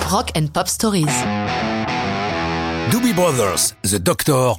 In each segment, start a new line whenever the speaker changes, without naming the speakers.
Rock and Pop Stories.
Doobie Brothers, The Doctor,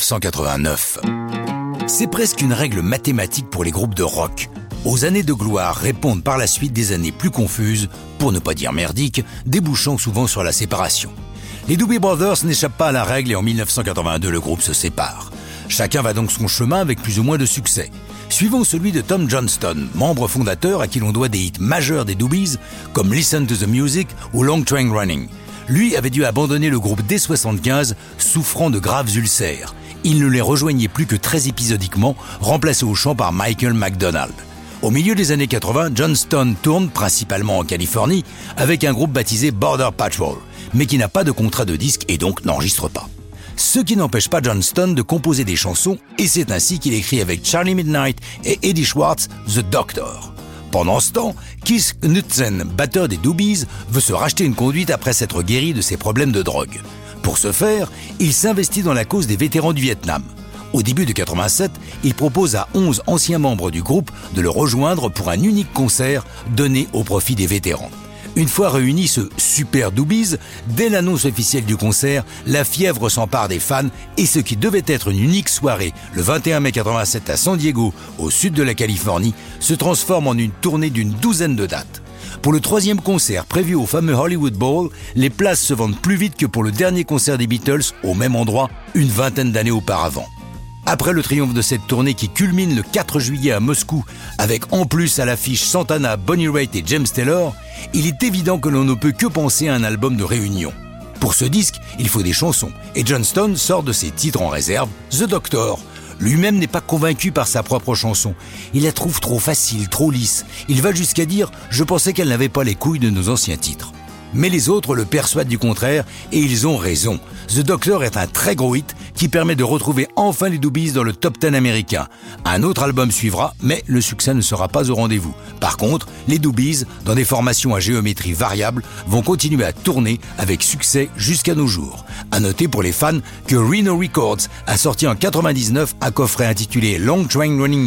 1989. C'est presque une règle mathématique pour les groupes de rock. Aux années de gloire répondent par la suite des années plus confuses, pour ne pas dire merdiques, débouchant souvent sur la séparation. Les Doobie Brothers n'échappent pas à la règle et en 1982, le groupe se sépare. Chacun va donc son chemin avec plus ou moins de succès. Suivons celui de Tom Johnston, membre fondateur à qui l'on doit des hits majeurs des Doobies, comme Listen to the Music ou Long Train Running. Lui avait dû abandonner le groupe dès 1975, souffrant de graves ulcères. Il ne les rejoignait plus que très épisodiquement, remplacé au chant par Michael McDonald. Au milieu des années 80, Johnston tourne, principalement en Californie, avec un groupe baptisé Border Patrol, mais qui n'a pas de contrat de disque et donc n'enregistre pas. Ce qui n'empêche pas Johnston de composer des chansons, et c'est ainsi qu'il écrit avec Charlie Midnight et Eddie Schwartz, The Doctor. Pendant ce temps, Keith Knudsen, batteur des Doobies, veut se racheter une conduite après s'être guéri de ses problèmes de drogue. Pour ce faire, il s'investit dans la cause des vétérans du Vietnam. Au début de 87, il propose à 11 anciens membres du groupe de le rejoindre pour un unique concert donné au profit des vétérans. Une fois réunis ce Super Doobies, dès l'annonce officielle du concert, la fièvre s'empare des fans et ce qui devait être une unique soirée, le 21 mai 87 à San Diego, au sud de la Californie, se transforme en une tournée d'une douzaine de dates. Pour le troisième concert prévu au fameux Hollywood Bowl, les places se vendent plus vite que pour le dernier concert des Beatles au même endroit, une vingtaine d'années auparavant. Après le triomphe de cette tournée qui culmine le 4 juillet à Moscou, avec en plus à l'affiche Santana, Bonnie Raitt et James Taylor, il est évident que l'on ne peut que penser à un album de réunion. Pour ce disque, il faut des chansons, et Johnston sort de ses titres en réserve, The Doctor. Lui-même n'est pas convaincu par sa propre chanson. Il la trouve trop facile, trop lisse. Il va jusqu'à dire « Je pensais qu'elle n'avait pas les couilles de nos anciens titres ». Mais les autres le persuadent du contraire et ils ont raison. The Doctor est un très gros hit qui permet de retrouver enfin les Doobies dans le top 10 américain. Un autre album suivra, mais le succès ne sera pas au rendez-vous. Par contre, les Doobies, dans des formations à géométrie variable, vont continuer à tourner avec succès jusqu'à nos jours. À noter pour les fans que Rhino Records a sorti en 99 un coffret intitulé Long Train Running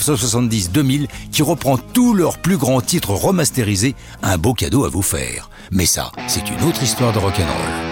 1970-2000 qui reprend tous leurs plus grands titres remasterisés. Un beau cadeau à vous faire. Mais ça, c'est une autre histoire de rock'n'roll.